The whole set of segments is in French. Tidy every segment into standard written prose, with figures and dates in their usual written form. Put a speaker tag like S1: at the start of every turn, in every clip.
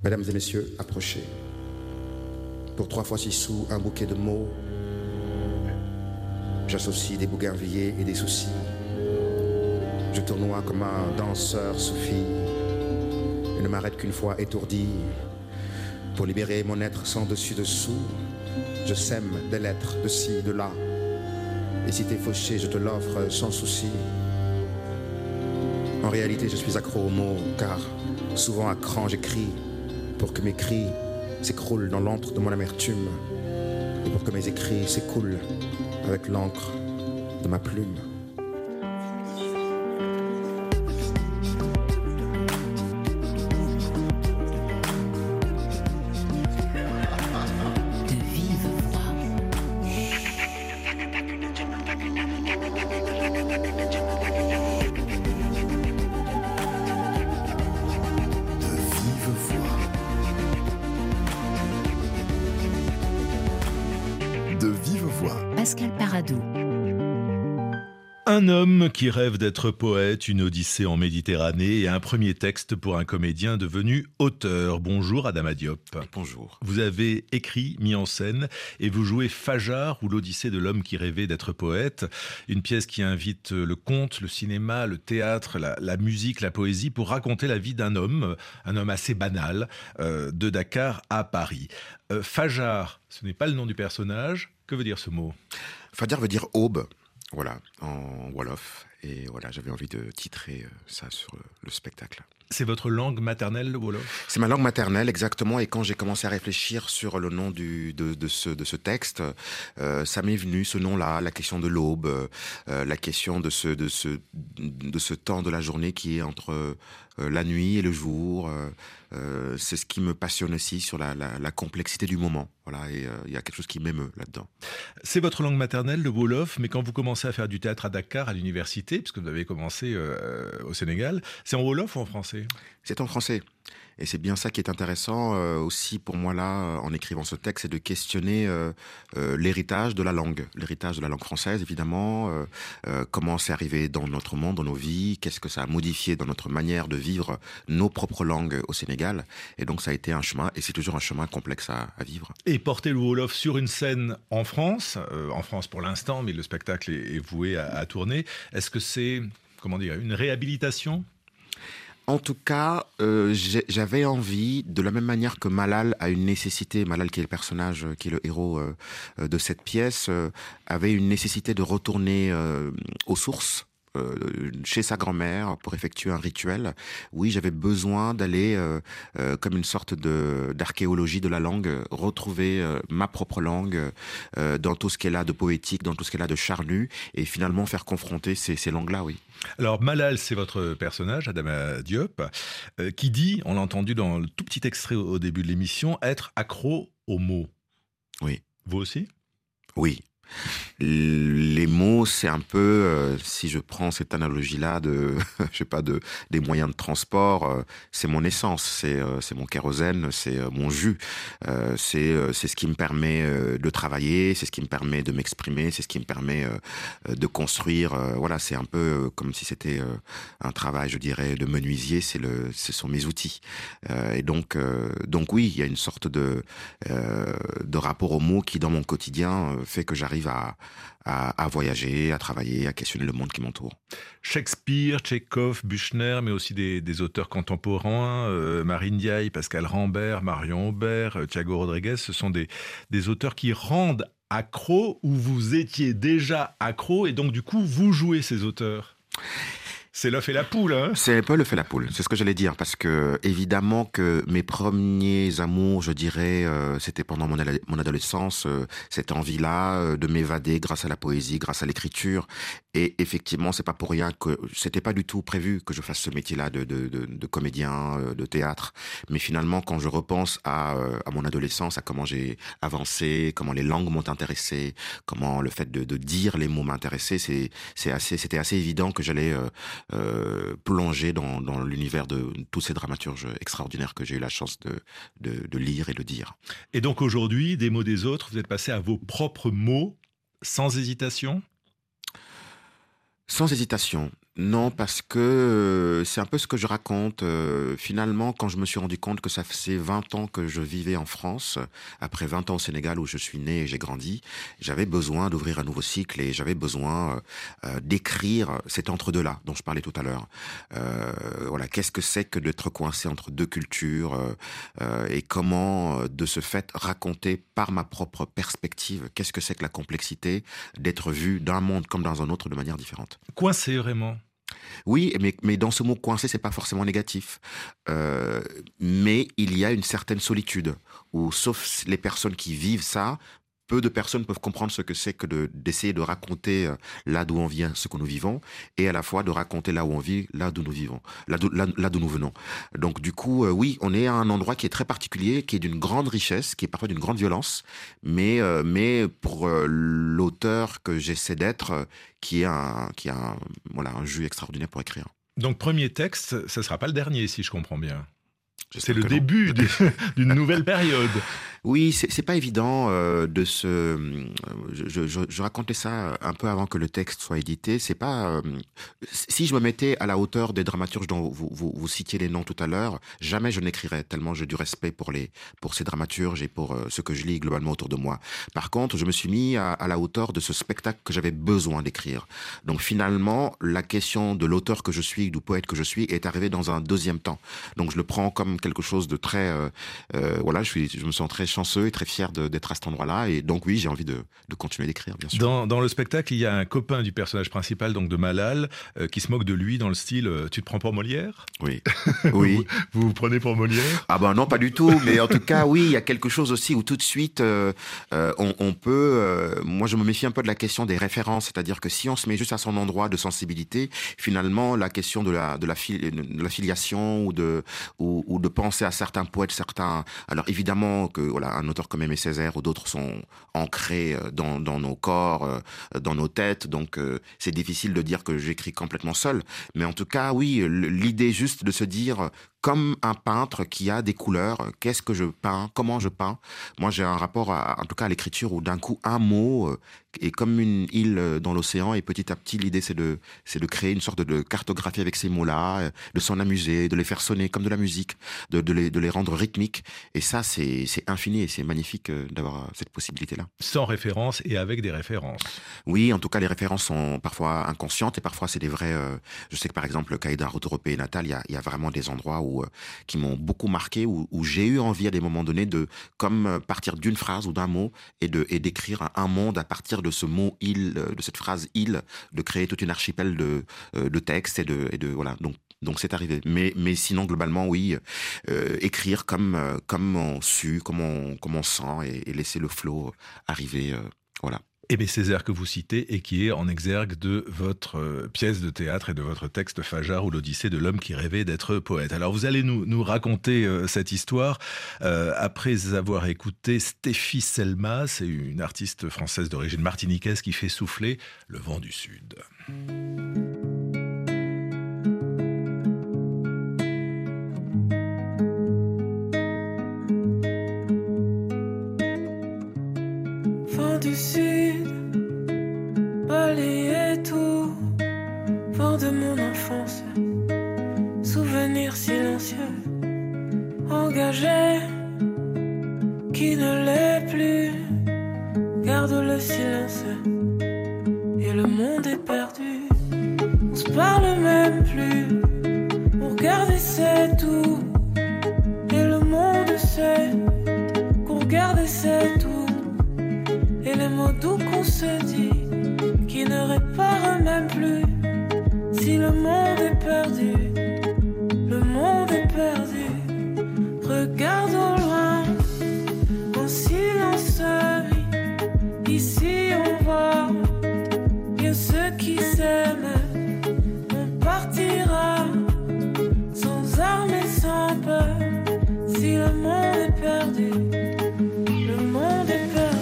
S1: Mesdames et messieurs, approchez. Pour 3 fois 6 sous, un bouquet de mots. J'associe des bougainvilliers et des soucis. Je tournoie comme un danseur soufi. Et ne m'arrête qu'une fois étourdi. Pour libérer mon être sans dessus-dessous, je sème des lettres de ci, de là. Et si t'es fauché, je te l'offre sans souci. En réalité, je suis accro aux mots, car souvent à cran j'écris pour que mes cris s'écroulent dans l'antre de mon amertume et pour que mes écrits s'écoulent avec l'encre de ma plume.
S2: Pascal Paradou.
S3: Un homme qui rêve d'être poète, une odyssée en Méditerranée et un premier texte pour un comédien devenu auteur. Bonjour Adama Diop.
S4: Bonjour.
S3: Vous avez écrit, mis en scène et vous jouez Fajar ou l'odyssée de l'homme qui rêvait d'être poète. Une pièce qui invite le conte, le cinéma, le théâtre, la musique, la poésie pour raconter la vie d'un homme assez banal, de Dakar à Paris. Fajar, ce n'est pas le nom du personnage. Que veut dire ce mot ?
S4: Fajar veut dire aube. Voilà, en wolof. Et voilà, j'avais envie de titrer ça sur le spectacle.
S3: C'est votre langue maternelle, le wolof ?
S4: C'est ma langue maternelle, exactement. Et quand j'ai commencé à réfléchir sur le nom de ce texte, ça m'est venu, ce nom-là, la question de l'aube, la question de ce temps de la journée qui est entre la nuit et le jour. C'est ce qui me passionne aussi sur la complexité du moment. Voilà, et il y a quelque chose qui m'émeut là-dedans.
S3: C'est votre langue maternelle, le wolof, mais quand vous commencez à faire du théâtre à Dakar, à l'université, puisque vous avez commencé au Sénégal, c'est en wolof ou en français ?
S4: C'est en français. Et c'est bien ça qui est intéressant aussi pour moi là, en écrivant ce texte, c'est de questionner l'héritage de la langue française évidemment, comment c'est arrivé dans notre monde, dans nos vies, qu'est-ce que ça a modifié dans notre manière de vivre nos propres langues au Sénégal. Et donc ça a été un chemin, et c'est toujours un chemin complexe à vivre.
S3: Et porter le wolof sur une scène en France pour l'instant, mais le spectacle est voué à tourner. Est-ce que c'est, une réhabilitation ?
S4: En tout cas, j'avais envie, de la même manière que Malal a une nécessité, Malal qui est le personnage, qui est le héros de cette pièce, avait une nécessité de retourner aux sources, chez sa grand-mère pour effectuer un rituel. Oui, j'avais besoin d'aller comme une sorte d'archéologie de la langue, retrouver ma propre langue dans tout ce qu'elle a de poétique, dans tout ce qu'elle a de charnu, et finalement faire confronter ces langues-là, oui.
S3: Alors Malal, c'est votre personnage, Adama Diop, qui dit, on l'a entendu dans le tout petit extrait au début de l'émission, être accro aux mots.
S4: Oui.
S3: Vous aussi ?
S4: Oui. Les mots, c'est un peu, si je prends cette analogie-là des moyens de transport, c'est mon essence, c'est mon kérosène, c'est mon jus, c'est ce qui me permet de travailler, c'est ce qui me permet de m'exprimer, c'est ce qui me permet de construire. Voilà, c'est un peu comme si c'était un travail, je dirais, de menuisier. Ce sont mes outils. Et donc oui, il y a une sorte de rapport aux mots qui, dans mon quotidien, fait que j'arrive à voyager, à travailler, à questionner le monde qui m'entoure.
S3: Shakespeare, Tchekhov, Büchner, mais aussi des auteurs contemporains, Marine Diaye, Pascal Rambert, Marion Aubert, Thiago Rodriguez, ce sont des auteurs qui rendent accro, ou vous étiez déjà accro, et donc du coup vous jouez ces auteurs. C'est l'œuf et la poule, hein ?
S4: C'est un peu l'œuf et la poule, c'est ce que j'allais dire, parce que évidemment que mes premiers amours, je dirais, c'était pendant mon adolescence, cette envie-là de m'évader grâce à la poésie, grâce à l'écriture, et effectivement, c'est pas pour rien que c'était pas du tout prévu que je fasse ce métier-là de comédien, de théâtre, mais finalement, quand je repense à mon adolescence, à comment j'ai avancé, comment les langues m'ont intéressé, comment le fait de dire les mots m'intéressait, c'était assez évident que j'allais plonger dans l'univers de tous ces dramaturges extraordinaires que j'ai eu la chance de lire et de dire.
S3: Et donc aujourd'hui, des mots des autres, vous êtes passé à vos propres mots, sans hésitation ?
S4: Sans hésitation. Non, parce que c'est un peu ce que je raconte. Finalement, quand je me suis rendu compte que ça faisait 20 ans que je vivais en France, après 20 ans au Sénégal où je suis né et j'ai grandi, j'avais besoin d'ouvrir un nouveau cycle et j'avais besoin d'écrire cet entre-deux-là dont je parlais tout à l'heure. Voilà, qu'est-ce que c'est que d'être coincé entre deux cultures et comment, de ce fait, raconter par ma propre perspective, qu'est-ce que c'est que la complexité d'être vu d'un monde comme dans un autre de manière différente.
S3: Coincé, vraiment?
S4: Oui, mais dans ce mot coincé, c'est pas forcément négatif. Mais il y a une certaine solitude où, sauf les personnes qui vivent ça, peu de personnes peuvent comprendre ce que c'est que d'essayer de raconter là d'où on vient, ce que nous vivons, et à la fois de raconter là où on vit, là d'où nous vivons, là d'où nous venons. Donc du coup, oui, on est à un endroit qui est très particulier, qui est d'une grande richesse, qui est parfois d'une grande violence, mais pour l'auteur que j'essaie d'être, qui a un jus extraordinaire pour écrire.
S3: Donc premier texte, ça sera pas le dernier, si je comprends bien.
S4: J'espère
S3: C'est le
S4: que non.
S3: début d'une nouvelle période.
S4: Oui, c'est pas évident de se. Je racontais ça un peu avant que le texte soit édité. C'est pas. Si je me mettais à la hauteur des dramaturges dont vous citiez les noms tout à l'heure, jamais je n'écrirais, tellement j'ai du respect pour ces dramaturges et pour ce que je lis globalement autour de moi. Par contre, je me suis mis à la hauteur de ce spectacle que j'avais besoin d'écrire. Donc finalement, la question de l'auteur que je suis, du poète que je suis, est arrivée dans un deuxième temps. Donc je le prends comme quelque chose de très. Voilà, je me sens très chanceux et très fier d'être à cet endroit-là. Et donc oui, j'ai envie de continuer d'écrire, bien sûr.
S3: Dans le spectacle, il y a un copain du personnage principal, donc de Malal, qui se moque de lui dans le style « Tu te prends pour Molière ?»
S4: Oui. Oui.
S3: Vous prenez pour Molière?
S4: Ah ben non, pas du tout. Mais en tout cas, oui, il y a quelque chose aussi où tout de suite, on peut... moi, je me méfie un peu de la question des références. C'est-à-dire que si on se met juste à son endroit de sensibilité, finalement, la question de la filiation ou de penser à certains poètes, certains... Alors évidemment que voilà, un auteur comme Aimé Césaire ou d'autres sont ancrés dans nos corps, dans nos têtes, donc c'est difficile de dire que j'écris complètement seul. Mais en tout cas, oui, l'idée juste de se dire... Comme un peintre qui a des couleurs, qu'est-ce que je peins, comment je peins. Moi, j'ai un rapport, en tout cas à l'écriture, où d'un coup, un mot est comme une île dans l'océan, et petit à petit, l'idée, c'est de créer une sorte de cartographie avec ces mots-là, de s'en amuser, de les faire sonner comme de la musique, de les rendre rythmiques. Et ça, c'est infini et c'est magnifique d'avoir cette possibilité-là.
S3: Sans référence et avec des références.
S4: Oui, en tout cas, les références sont parfois inconscientes et parfois c'est des vrais... je sais que par exemple, Cahiers d'un retour au pays natal, il y a vraiment des endroits qui m'ont beaucoup marqué, où j'ai eu envie à des moments donnés de comme partir d'une phrase ou d'un mot et d'écrire un monde à partir de ce mot île, de cette phrase île, de créer toute une archipel de textes et de voilà. Donc c'est arrivé. Mais sinon globalement oui, écrire comme on sue, comme on sent et laisser le flow arriver. Voilà.
S3: Aimé Césaire que vous citez et qui est en exergue de votre pièce de théâtre et de votre texte Fajards ou l'Odyssée de l'homme qui rêvait d'être poète. Alors vous allez nous raconter cette histoire après avoir écouté Stéphie Selma, c'est une artiste française d'origine martiniquaise qui fait souffler le vent du Sud.
S5: Vent du Sud, balayez tout, vent de mon enfance, souvenir silencieux, engagé, qui ne l'est plus, garde le silence, et le monde est perdu, on se parle même plus, on regarde et c'est tout, et le monde sait qu'on regarde et c'est tout. Et les mots doux qu'on se dit, qui ne réparent même plus. Si le monde est perdu, le monde est perdu. Regarde au loin, en silence, ici on voit que ceux qui s'aiment, on partira sans armes et sans peur. Si le monde est perdu, le monde est perdu.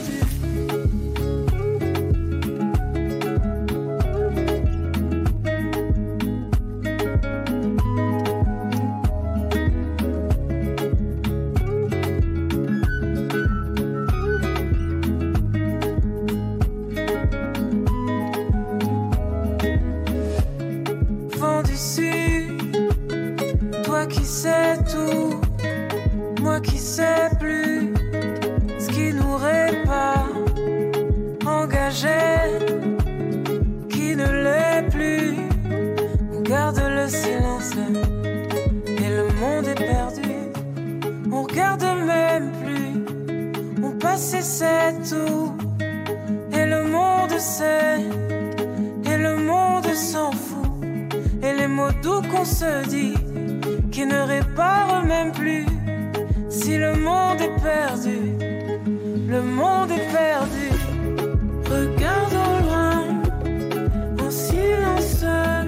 S5: sait plus ce qui nous répare, engagé qui ne l'est plus. On garde le silence et le monde est perdu. On regarde même plus, on passe et c'est tout. Et le monde sait, et le monde s'en fout. Et les mots doux qu'on se dit, qui ne réparent même plus. Si le monde est perdu, le monde est perdu. Regardons loin, en silence.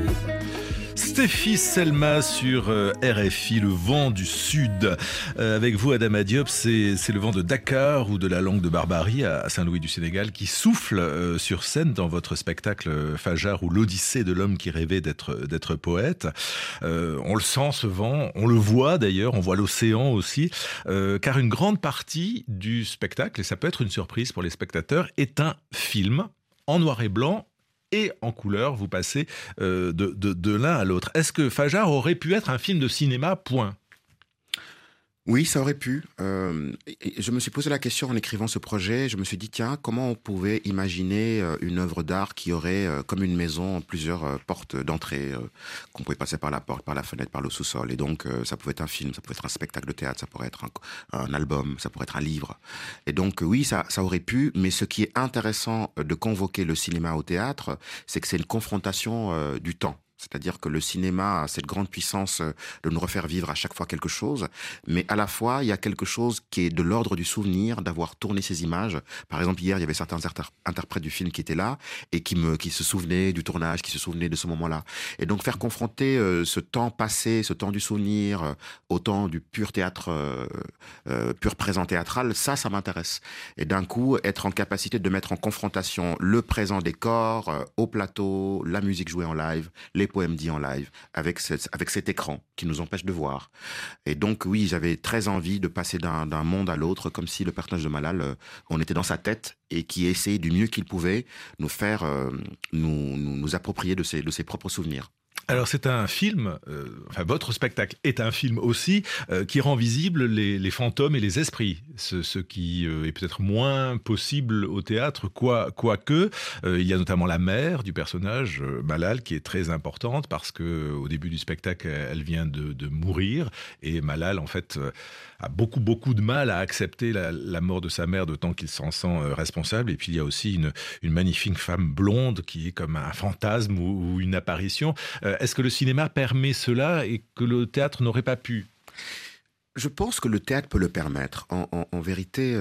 S3: Stéphie Selma sur RFI, le vent du Sud. Avec vous, Adama Diop, c'est le vent de Dakar ou de la langue de Barbarie à Saint-Louis du Sénégal qui souffle sur scène dans votre spectacle Fajar ou l'Odyssée de l'homme qui rêvait d'être poète. On le sent, ce vent, on le voit d'ailleurs, on voit l'océan aussi, car une grande partie du spectacle, et ça peut être une surprise pour les spectateurs, est un film en noir et blanc et en couleur, vous passez de l'un à l'autre. Est-ce que Fajar aurait pu être un film de cinéma, point ?
S4: Oui, ça aurait pu. Et je me suis posé la question en écrivant ce projet. Je me suis dit, tiens, comment on pouvait imaginer une œuvre d'art qui aurait, comme une maison, plusieurs portes d'entrée, qu'on pouvait passer par la porte, par la fenêtre, par le sous-sol. Et donc, ça pouvait être un film, ça pouvait être un spectacle de théâtre, ça pourrait être un album, ça pourrait être un livre. Et donc, oui, ça aurait pu. Mais ce qui est intéressant de convoquer le cinéma au théâtre, c'est que c'est une confrontation du temps. C'est-à-dire que le cinéma a cette grande puissance de nous refaire vivre à chaque fois quelque chose, mais à la fois, il y a quelque chose qui est de l'ordre du souvenir, d'avoir tourné ces images. Par exemple, hier, il y avait certains interprètes du film qui étaient là et qui se souvenaient du tournage, qui se souvenaient de ce moment-là. Et donc, faire confronter ce temps passé, ce temps du souvenir, au temps du pur théâtre, pur présent théâtral, ça m'intéresse. Et d'un coup, être en capacité de mettre en confrontation le présent des corps, au plateau, la musique jouée en live, les poèmes dits en live, avec cet écran qui nous empêche de voir. Et donc, oui, j'avais très envie de passer d'un monde à l'autre, comme si le personnage de Malal, on était dans sa tête et qui essayait du mieux qu'il pouvait nous faire nous approprier de ses propres souvenirs.
S3: Alors c'est un film, votre spectacle est un film aussi, qui rend visible les fantômes et les esprits, ce qui est peut-être moins possible au théâtre, quoique. Il y a notamment la mère du personnage, Malal, qui est très importante parce que au début du spectacle, elle vient de mourir et Malal, en fait, a beaucoup de mal à accepter la mort de sa mère, d'autant qu'il s'en sent responsable. Et puis il y a aussi une magnifique femme blonde qui est comme un fantasme ou une apparition. Est-ce que le cinéma permet cela et que le théâtre n'aurait pas pu ?
S4: Je pense que le théâtre peut le permettre. En vérité,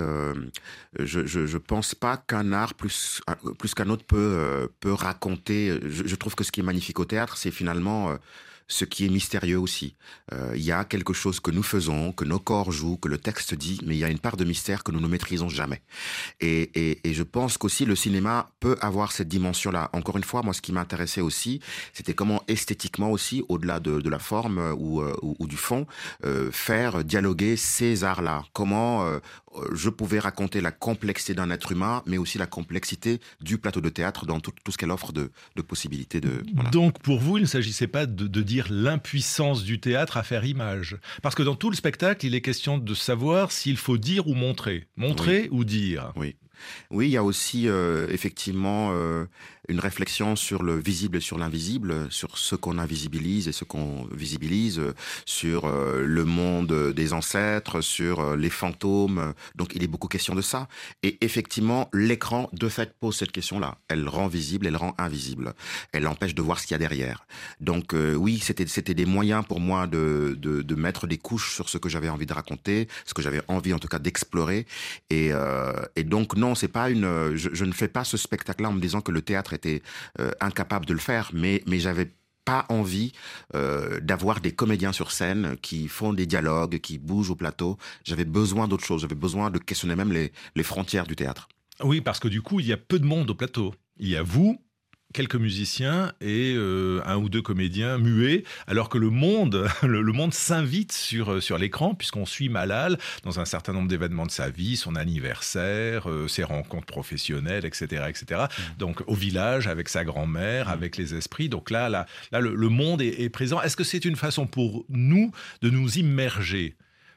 S4: je pense pas qu'un art plus qu'un autre peut raconter. Je trouve que ce qui est magnifique au théâtre, c'est finalement ce qui est mystérieux aussi. Il y a quelque chose que nous faisons, que nos corps jouent, que le texte dit, mais il y a une part de mystère que nous ne maîtrisons jamais. Et je pense qu'aussi le cinéma peut avoir cette dimension-là. Encore une fois, moi, ce qui m'intéressait aussi, c'était comment esthétiquement aussi, au-delà de la forme ou du fond, faire dialoguer ces arts-là. Comment je pouvais raconter la complexité d'un être humain, mais aussi la complexité du plateau de théâtre dans tout ce qu'elle offre de possibilités. Voilà.
S3: Donc pour vous, il ne s'agissait pas de dire l'impuissance du théâtre à faire image. Parce que dans tout le spectacle, il est question de savoir s'il faut dire ou montrer. Montrer ou dire.
S4: Oui, il y a aussi effectivement une réflexion sur le visible et sur l'invisible, sur ce qu'on invisibilise et ce qu'on visibilise, sur le monde des ancêtres, sur les fantômes. Donc il est beaucoup question de ça. Et effectivement, l'écran, de fait, pose cette question-là. Elle rend visible, elle rend invisible. Elle empêche de voir ce qu'il y a derrière. Donc oui, c'était des moyens pour moi de mettre des couches sur ce que j'avais envie de raconter, ce que j'avais envie en tout cas d'explorer. Et donc non, c'est pas je ne fais pas ce spectacle-là en me disant que le théâtre était incapable de le faire, mais j'avais pas envie d'avoir des comédiens sur scène qui font des dialogues, qui bougent au plateau. J'avais besoin d'autre chose. J'avais besoin de questionner même les frontières du théâtre.
S3: Oui, parce que du coup, il y a peu de monde au plateau. Il y a vous, quelques musiciens et un ou deux comédiens muets, alors que le monde s'invite sur l'écran, puisqu'on suit Malal dans un certain nombre d'événements de sa vie, son anniversaire, ses rencontres professionnelles, etc., etc. Donc au village, avec sa grand-mère, avec les esprits. Donc là le monde est présent. Est-ce que c'est une façon pour nous de nous immerger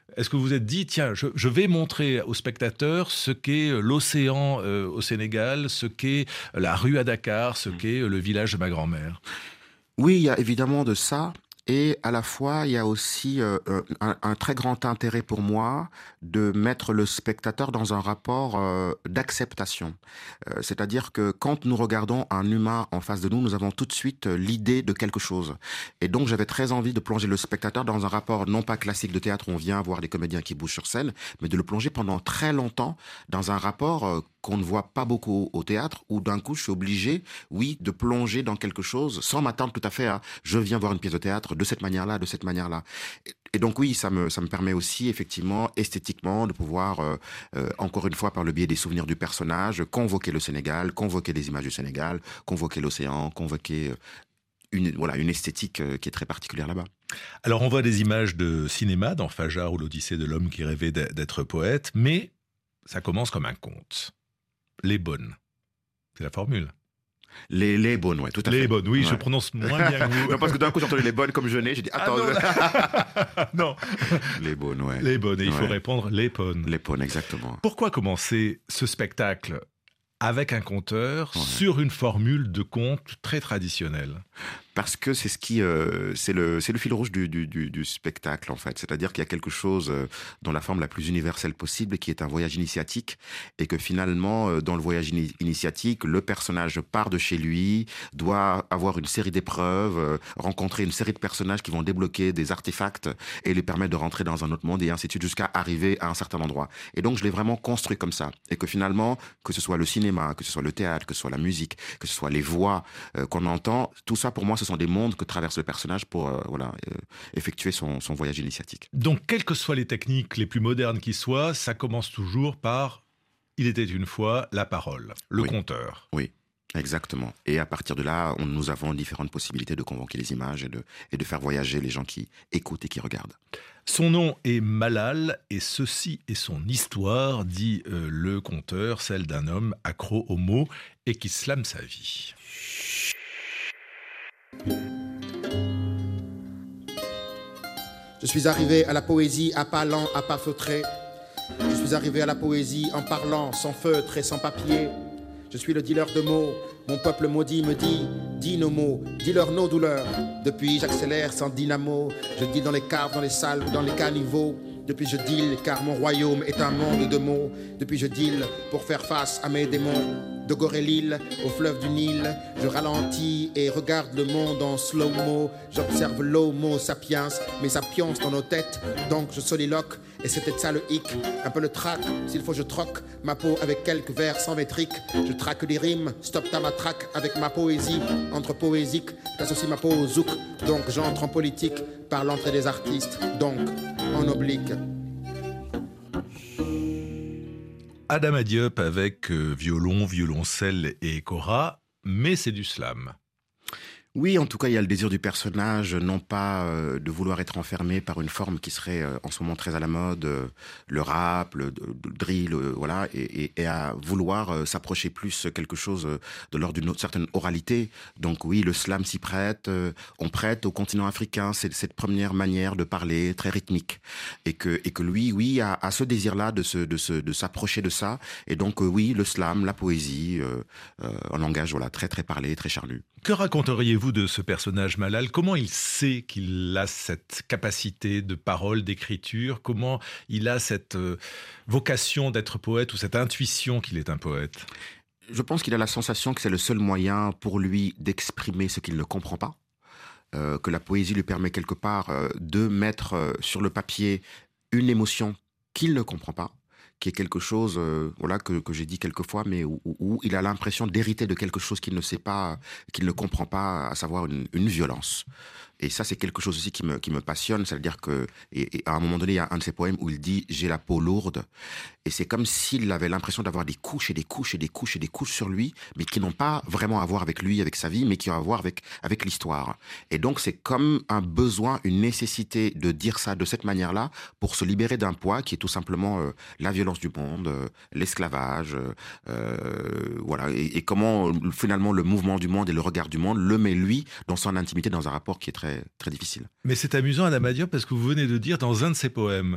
S3: Est-ce que vous vous êtes dit, tiens, je vais montrer aux spectateurs ce qu'est l'océan au Sénégal, ce qu'est la rue à Dakar, ce qu'est le village de ma grand-mère?
S4: Oui, il y a évidemment de ça. Et à la fois, il y a aussi un très grand intérêt pour moi de mettre le spectateur dans un rapport d'acceptation. C'est-à-dire que quand nous regardons un humain en face de nous, nous avons tout de suite l'idée de quelque chose. Et donc, j'avais très envie de plonger le spectateur dans un rapport non pas classique de théâtre où on vient voir des comédiens qui bougent sur scène, mais de le plonger pendant très longtemps dans un rapport qu'on ne voit pas beaucoup au théâtre, où d'un coup, je suis obligé, oui, de plonger dans quelque chose sans m'attendre tout à fait à « je viens voir une pièce de théâtre de cette manière-là, de cette manière-là ». Et donc oui, ça me permet aussi, effectivement, esthétiquement, de pouvoir, encore une fois, par le biais des souvenirs du personnage, convoquer le Sénégal, convoquer des images du Sénégal, convoquer l'océan, convoquer une esthétique qui est très particulière là-bas.
S3: Alors on voit des images de cinéma dans Fajar ou l'Odyssée de l'homme qui rêvait d'être poète, mais ça commence comme un conte. Les bonnes. C'est la formule.
S4: Les bonnes, oui, tout à fait.
S3: Les bonnes, oui,
S4: ouais.
S3: Je prononce moins bien que vous.
S4: Non, parce que d'un coup, j'ai entendu les bonnes comme je n'ai, j'ai dit, attends.
S3: Non.
S4: Les bonnes, ouais.
S3: Les bonnes, et il faut répondre les bonnes.
S4: Les bonnes, exactement.
S3: Pourquoi commencer ce spectacle avec un conteur sur une formule de conte très traditionnelle?
S4: Parce que c'est ce qui, c'est le fil rouge du spectacle, en fait. C'est-à-dire qu'il y a quelque chose dans la forme la plus universelle possible, qui est un voyage initiatique, et que finalement, dans le voyage initiatique, le personnage part de chez lui, doit avoir une série d'épreuves, rencontrer une série de personnages qui vont débloquer des artefacts et lui permettre de rentrer dans un autre monde, et ainsi de suite, jusqu'à arriver à un certain endroit. Et donc, je l'ai vraiment construit comme ça. Et que finalement, que ce soit le cinéma, que ce soit le théâtre, que ce soit la musique, que ce soit les voix qu'on entend, tout ça, pour moi, ce sont des mondes que traverse le personnage pour effectuer son voyage initiatique.
S3: Donc, quelles que soient les techniques les plus modernes qui soient, ça commence toujours par « Il était une fois la parole », le conteur.
S4: Oui, exactement. Et à partir de là, nous avons différentes possibilités de convoquer les images et de faire voyager les gens qui écoutent et qui regardent.
S3: Son nom est Malal et ceci est son histoire, dit le conteur, celle d'un homme accro aux mots et qui slame sa vie.
S1: Je suis arrivé à la poésie à pas lents, à pas feutrés. Je suis arrivé à la poésie en parlant sans feutre et sans papier. Je suis le dealer de mots. Mon peuple maudit me dit, dis nos mots, dis-leur nos douleurs. Depuis, j'accélère sans dynamo. Je dis dans les caves, dans les salles ou dans les caniveaux. Depuis, je deal car mon royaume est un monde de mots. Depuis, je deal pour faire face à mes démons. De Gorée-l'île au fleuve du Nil, je ralentis et regarde le monde en slow-mo. J'observe l'homo sapiens, mes sapiens dans nos têtes. Donc je soliloque, et c'est peut-être ça le hic, un peu le trac. S'il faut je troque ma peau avec quelques vers sans métrique. Je traque des rimes, stop ta matraque avec ma poésie. Entre poésique, t'associes ma peau au zouk. Donc j'entre en politique par l'entrée des artistes. Donc en oblique.
S3: Adama Diop avec violon, violoncelle et kora, mais c'est du slam.
S4: Oui, en tout cas, il y a le désir du personnage, non pas de vouloir être enfermé par une forme qui serait en ce moment très à la mode, le rap, le drill, voilà, et à vouloir s'approcher plus quelque chose de l'ordre d'une certaine oralité. Donc oui, le slam s'y prête, on prête au continent africain cette première manière de parler très rythmique, et que lui, oui, a ce désir-là de s'approcher de ça, et donc oui, le slam, la poésie, un langage voilà très très parlé, très charnu.
S3: Que raconteriez-vous de ce personnage Malal? Comment il sait qu'il a cette capacité de parole, d'écriture? Comment il a cette vocation d'être poète ou cette intuition qu'il est un poète?
S4: Je pense qu'il a la sensation que c'est le seul moyen pour lui d'exprimer ce qu'il ne comprend pas. Que la poésie lui permet quelque part de mettre sur le papier une émotion qu'il ne comprend pas, qui est quelque chose voilà que j'ai dit quelquefois, mais où il a l'impression d'hériter de quelque chose qu'il ne sait pas, qu'il ne comprend pas, à savoir une violence. Et ça, c'est quelque chose aussi qui me passionne, c'est-à-dire que, et à un moment donné, il y a un de ses poèmes où il dit « j'ai la peau lourde », et c'est comme s'il avait l'impression d'avoir des couches et des couches et des couches et des couches sur lui, mais qui n'ont pas vraiment à voir avec lui, avec sa vie, mais qui ont à voir avec l'histoire. Et donc, c'est comme un besoin, une nécessité de dire ça de cette manière-là, pour se libérer d'un poids qui est tout simplement la violence du monde, l'esclavage, voilà, et comment finalement le mouvement du monde et le regard du monde le met lui dans son intimité, dans un rapport qui est très, très difficile.
S3: Mais c'est amusant, Adama Diop, parce que vous venez de dire dans un de ses poèmes,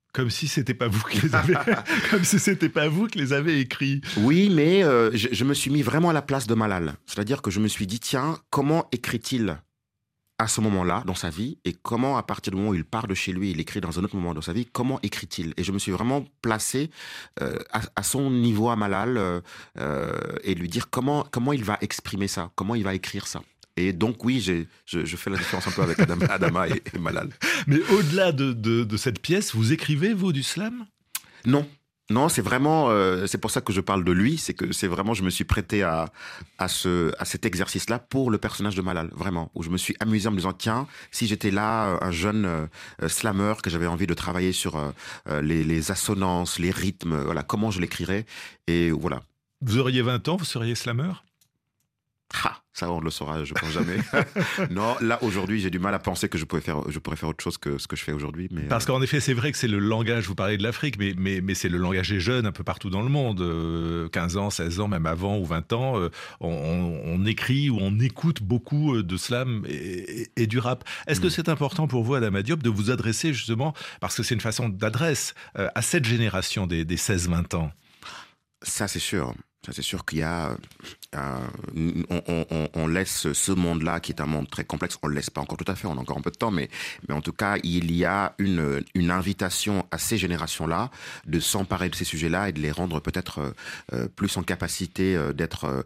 S3: Comme si c'était pas vous qui les avez, comme si c'était pas vous qui les avez écrits.
S4: Oui, mais je me suis mis vraiment à la place de Malal. C'est-à-dire que je me suis dit, tiens, comment écrit-il à ce moment-là dans sa vie, et comment, à partir du moment où il part de chez lui, il écrit dans un autre moment dans sa vie, comment écrit-il? Et je me suis vraiment placé à son niveau à Malal et lui dire comment il va exprimer ça, comment il va écrire ça. Et donc oui, je fais la différence un peu avec Adama et Malal.
S3: Mais au-delà de cette pièce, vous écrivez, vous, du slam ?
S4: Non, c'est vraiment, c'est pour ça que je parle de lui, c'est que c'est vraiment, je me suis prêté à cet exercice-là pour le personnage de Malal, vraiment, où je me suis amusé en me disant, tiens, si j'étais là, un jeune slammer, que j'avais envie de travailler sur les assonances, les rythmes, voilà, comment je l'écrirais, et voilà.
S3: Vous auriez 20 ans, vous seriez slammer ?
S4: Ça, on ne le saura, je pense jamais. Non, là, aujourd'hui, j'ai du mal à penser que je pourrais faire autre chose que ce que je fais aujourd'hui. Mais
S3: Parce qu'en effet, c'est vrai que c'est le langage, vous parlez de l'Afrique, mais c'est le langage des jeunes un peu partout dans le monde. 15 ans, 16 ans, même avant ou 20 ans, on écrit ou on écoute beaucoup de slam et du rap. Est-ce que c'est important pour vous, Adama Diop, de vous adresser justement, parce que c'est une façon d'adresse, à cette génération des 16-20 ans ?
S4: Ça, c'est sûr. Ça, c'est sûr qu'il y a... on laisse ce monde-là, qui est un monde très complexe, on ne le laisse pas encore tout à fait, on a encore un peu de temps, mais en tout cas, il y a une invitation à ces générations-là de s'emparer de ces sujets-là et de les rendre peut-être plus en capacité d'être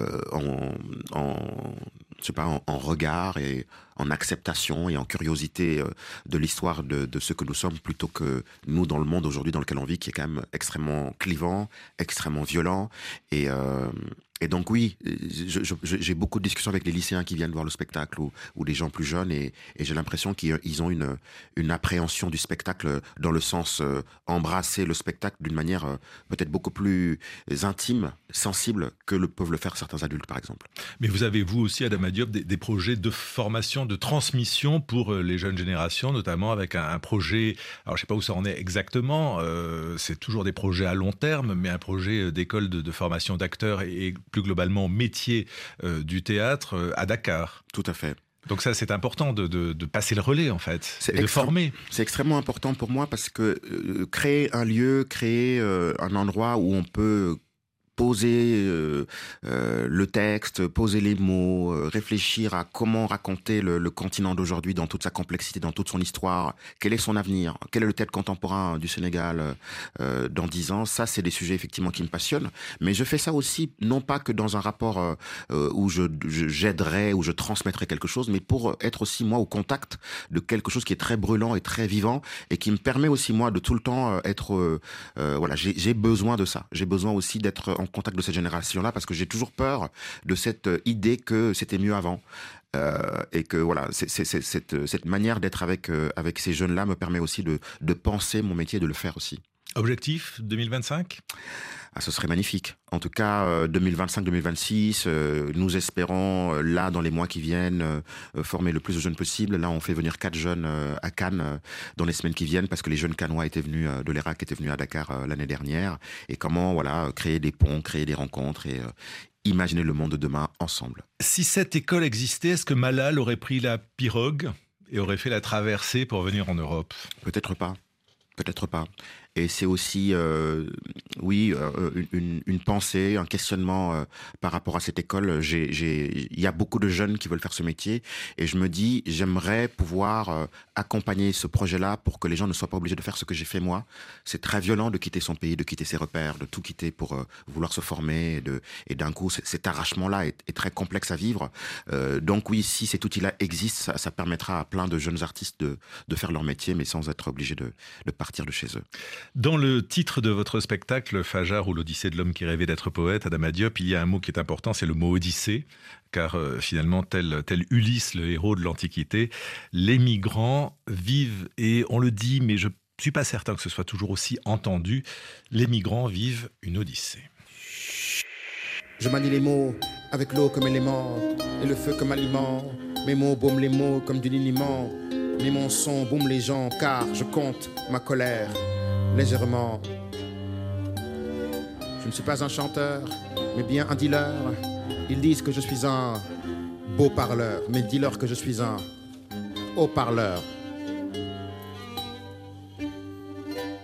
S4: en regard et en acceptation et en curiosité de l'histoire de ce que nous sommes, plutôt que nous dans le monde aujourd'hui dans lequel on vit, qui est quand même extrêmement clivant, extrêmement violent. Et donc oui, j'ai beaucoup de discussions avec les lycéens qui viennent voir le spectacle ou des gens plus jeunes, et j'ai l'impression qu'ils ont une appréhension du spectacle dans le sens embrasser le spectacle d'une manière peut-être beaucoup plus intime, sensible que peuvent le faire certains adultes par exemple.
S3: Mais vous avez vous aussi, Adama Diop, des projets de formation, de transmission pour les jeunes générations, notamment avec un projet, alors je ne sais pas où ça en est exactement, c'est toujours des projets à long terme, mais un projet d'école de formation d'acteurs et plus globalement métier du théâtre à Dakar.
S4: Tout à fait.
S3: Donc ça, c'est important de passer le relais, en fait, et de former.
S4: C'est extrêmement important pour moi parce que créer un lieu, créer un endroit où on peut poser le texte, poser les mots, réfléchir à comment raconter le continent d'aujourd'hui dans toute sa complexité, dans toute son histoire, quel est son avenir, quel est le théâtre contemporain du Sénégal dans 10 ans, ça c'est des sujets effectivement qui me passionnent, mais je fais ça aussi non pas que dans un rapport où j'aiderais, où je transmettrais quelque chose, mais pour être aussi moi au contact de quelque chose qui est très brûlant et très vivant et qui me permet aussi moi de tout le temps être voilà, j'ai besoin de ça, j'ai besoin aussi d'être en contact de cette génération-là, parce que j'ai toujours peur de cette idée que c'était mieux avant. Et que voilà, cette manière d'être avec ces jeunes-là me permet aussi de penser mon métier et de le faire aussi.
S3: Objectif 2025 ?
S4: Ce serait magnifique. En tout cas, 2025-2026, nous espérons, là, dans les mois qui viennent, former le plus de jeunes possible. Là, on fait venir 4 jeunes à Cannes dans les semaines qui viennent, parce que les jeunes Cannois étaient venus de l'ERAC, étaient venus à Dakar l'année dernière. Et comment, voilà, créer des ponts, créer des rencontres et imaginer le monde de demain ensemble.
S3: Si cette école existait, est-ce que Malal aurait pris la pirogue et aurait fait la traversée pour venir en Europe ?
S4: Peut-être pas. Peut-être pas. Et c'est aussi, une pensée, un questionnement par rapport à cette école. Il y a beaucoup de jeunes qui veulent faire ce métier, et je me dis, j'aimerais pouvoir accompagner ce projet-là pour que les gens ne soient pas obligés de faire ce que j'ai fait moi. C'est très violent de quitter son pays, de quitter ses repères, de tout quitter pour vouloir se former, et d'un coup, cet arrachement-là est très complexe à vivre. Donc oui, si cet outil-là existe, ça permettra à plein de jeunes artistes de faire leur métier, mais sans être obligés de partir de chez eux.
S3: Dans le titre de votre spectacle, Fajar ou l'Odyssée de l'homme qui rêvait d'être poète, Adama Diop, il y a un mot qui est important, c'est le mot Odyssée, car finalement, tel Ulysse, le héros de l'Antiquité, les migrants vivent, et on le dit, mais je ne suis pas certain que ce soit toujours aussi entendu, les migrants vivent une Odyssée.
S1: Je manie les mots avec l'eau comme élément et le feu comme aliment. Mes mots baument les mots comme du liniment. Mais mon son baume les gens, car je compte ma colère légèrement. Je ne suis pas un chanteur, mais bien un dealer. Ils disent que je suis un beau parleur, mais dis-leur que je suis un haut parleur.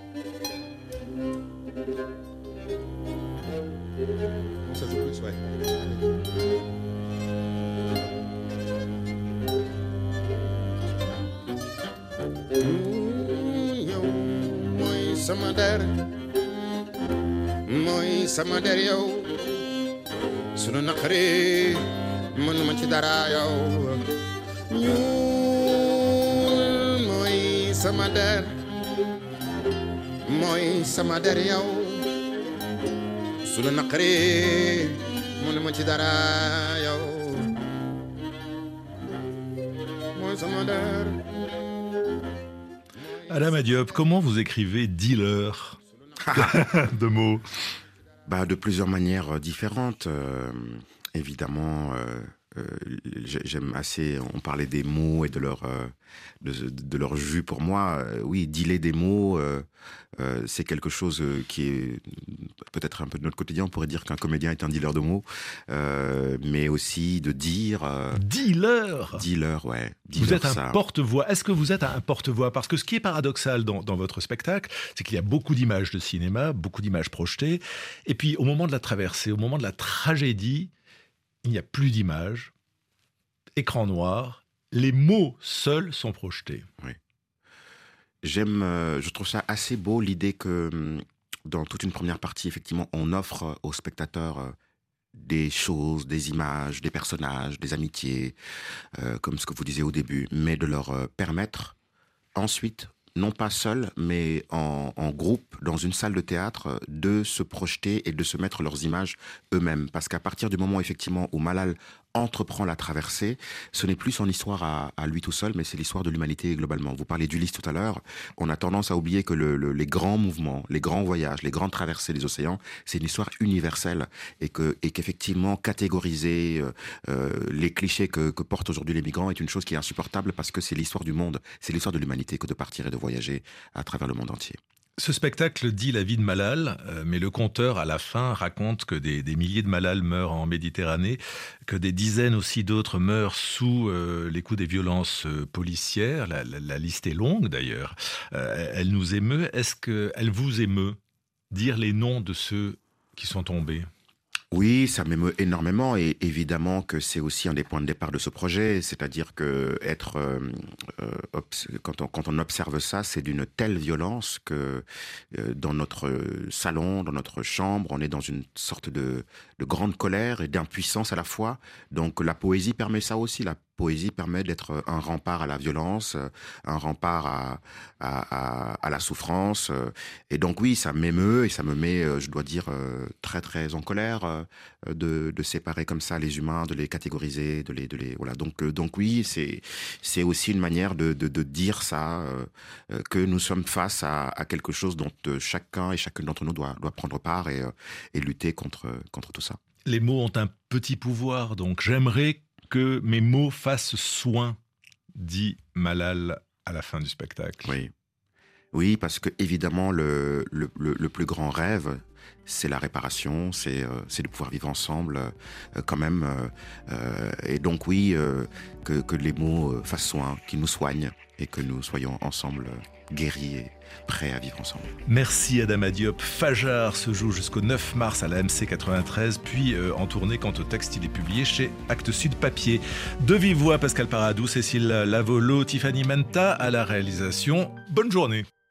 S1: Mooy sama der yow sunu naqari mënuma ci dara yow ñuul mooy sama der yow sunu naqari mënuma ci dara yow mooy sama der.
S3: Adama Diop, comment vous écrivez dealer de mots?
S4: De plusieurs manières différentes. Évidemment, j'aime assez. On parlait des mots et de leur jus pour moi. Oui, dealer des mots, c'est quelque chose qui est peut-être un peu de notre quotidien. On pourrait dire qu'un comédien est un dealer de mots, mais aussi de dire.
S3: Dealer.
S4: Dealer, ouais.
S3: Vous êtes un porte-voix. Est-ce que vous êtes un porte-voix? Parce que ce qui est paradoxal dans votre spectacle, c'est qu'il y a beaucoup d'images de cinéma, beaucoup d'images projetées. Et puis, au moment de la traversée, au moment de la tragédie, il n'y a plus d'images. Écran noir. Les mots seuls sont projetés.
S4: Oui. Je trouve ça assez beau, l'idée que dans toute une première partie, effectivement, on offre aux spectateurs des choses, des images, des personnages, des amitiés, comme ce que vous disiez au début, mais de leur permettre ensuite, non pas seuls, mais en groupe, dans une salle de théâtre, de se projeter et de se mettre leurs images eux-mêmes. Parce qu'à partir du moment, effectivement, où Malal entreprend la traversée, ce n'est plus son histoire à lui tout seul, mais c'est l'histoire de l'humanité globalement. Vous parliez d'Ulysse tout à l'heure, on a tendance à oublier que les grands mouvements, les grands voyages, les grandes traversées des océans, c'est une histoire universelle et qu'effectivement catégoriser les clichés que portent aujourd'hui les migrants est une chose qui est insupportable parce que c'est l'histoire du monde, c'est l'histoire de l'humanité que de partir et de voyager à travers le monde entier.
S3: Ce spectacle dit la vie de Malal, mais le conteur, à la fin, raconte que des milliers de Malal meurent en Méditerranée, que des dizaines aussi d'autres meurent sous les coups des violences policières. La liste est longue, d'ailleurs. Elle nous émeut. Est-ce qu'elle vous émeut, dire les noms de ceux qui sont tombés ?
S4: Oui, ça m'émeut énormément et évidemment que c'est aussi un des points de départ de ce projet, c'est-à-dire que quand on observe ça, c'est d'une telle violence que dans notre salon, dans notre chambre, on est dans une sorte de grande colère et d'impuissance à la fois. Donc la poésie permet ça aussi, la poésie permet d'être un rempart à la violence, un rempart à la souffrance. Et donc oui, ça m'émeut et ça me met, je dois dire, très très en colère de séparer comme ça les humains, de les catégoriser, de les voilà. Donc oui, c'est aussi une manière de dire ça, que nous sommes face à quelque chose dont chacun et chacune d'entre nous doit prendre part et lutter contre tout ça.
S3: Les mots ont un petit pouvoir, donc j'aimerais que mes mots fassent soin, dit Malal à la fin du spectacle.
S4: Oui, parce que évidemment le plus grand rêve, c'est la réparation, c'est de pouvoir vivre ensemble quand même. Et donc oui, que les mots fassent soin, qu'ils nous soignent et que nous soyons ensemble guéris et prêts à vivre ensemble.
S3: Merci Adama Diop. Fajar se joue jusqu'au 9 mars à la MC 93, puis en tournée. Quant au texte, il est publié chez Actes Sud Papier. De vive voix, Pascal Paradou, Cécile Lavolo, Tiffany Menta à la réalisation. Bonne journée.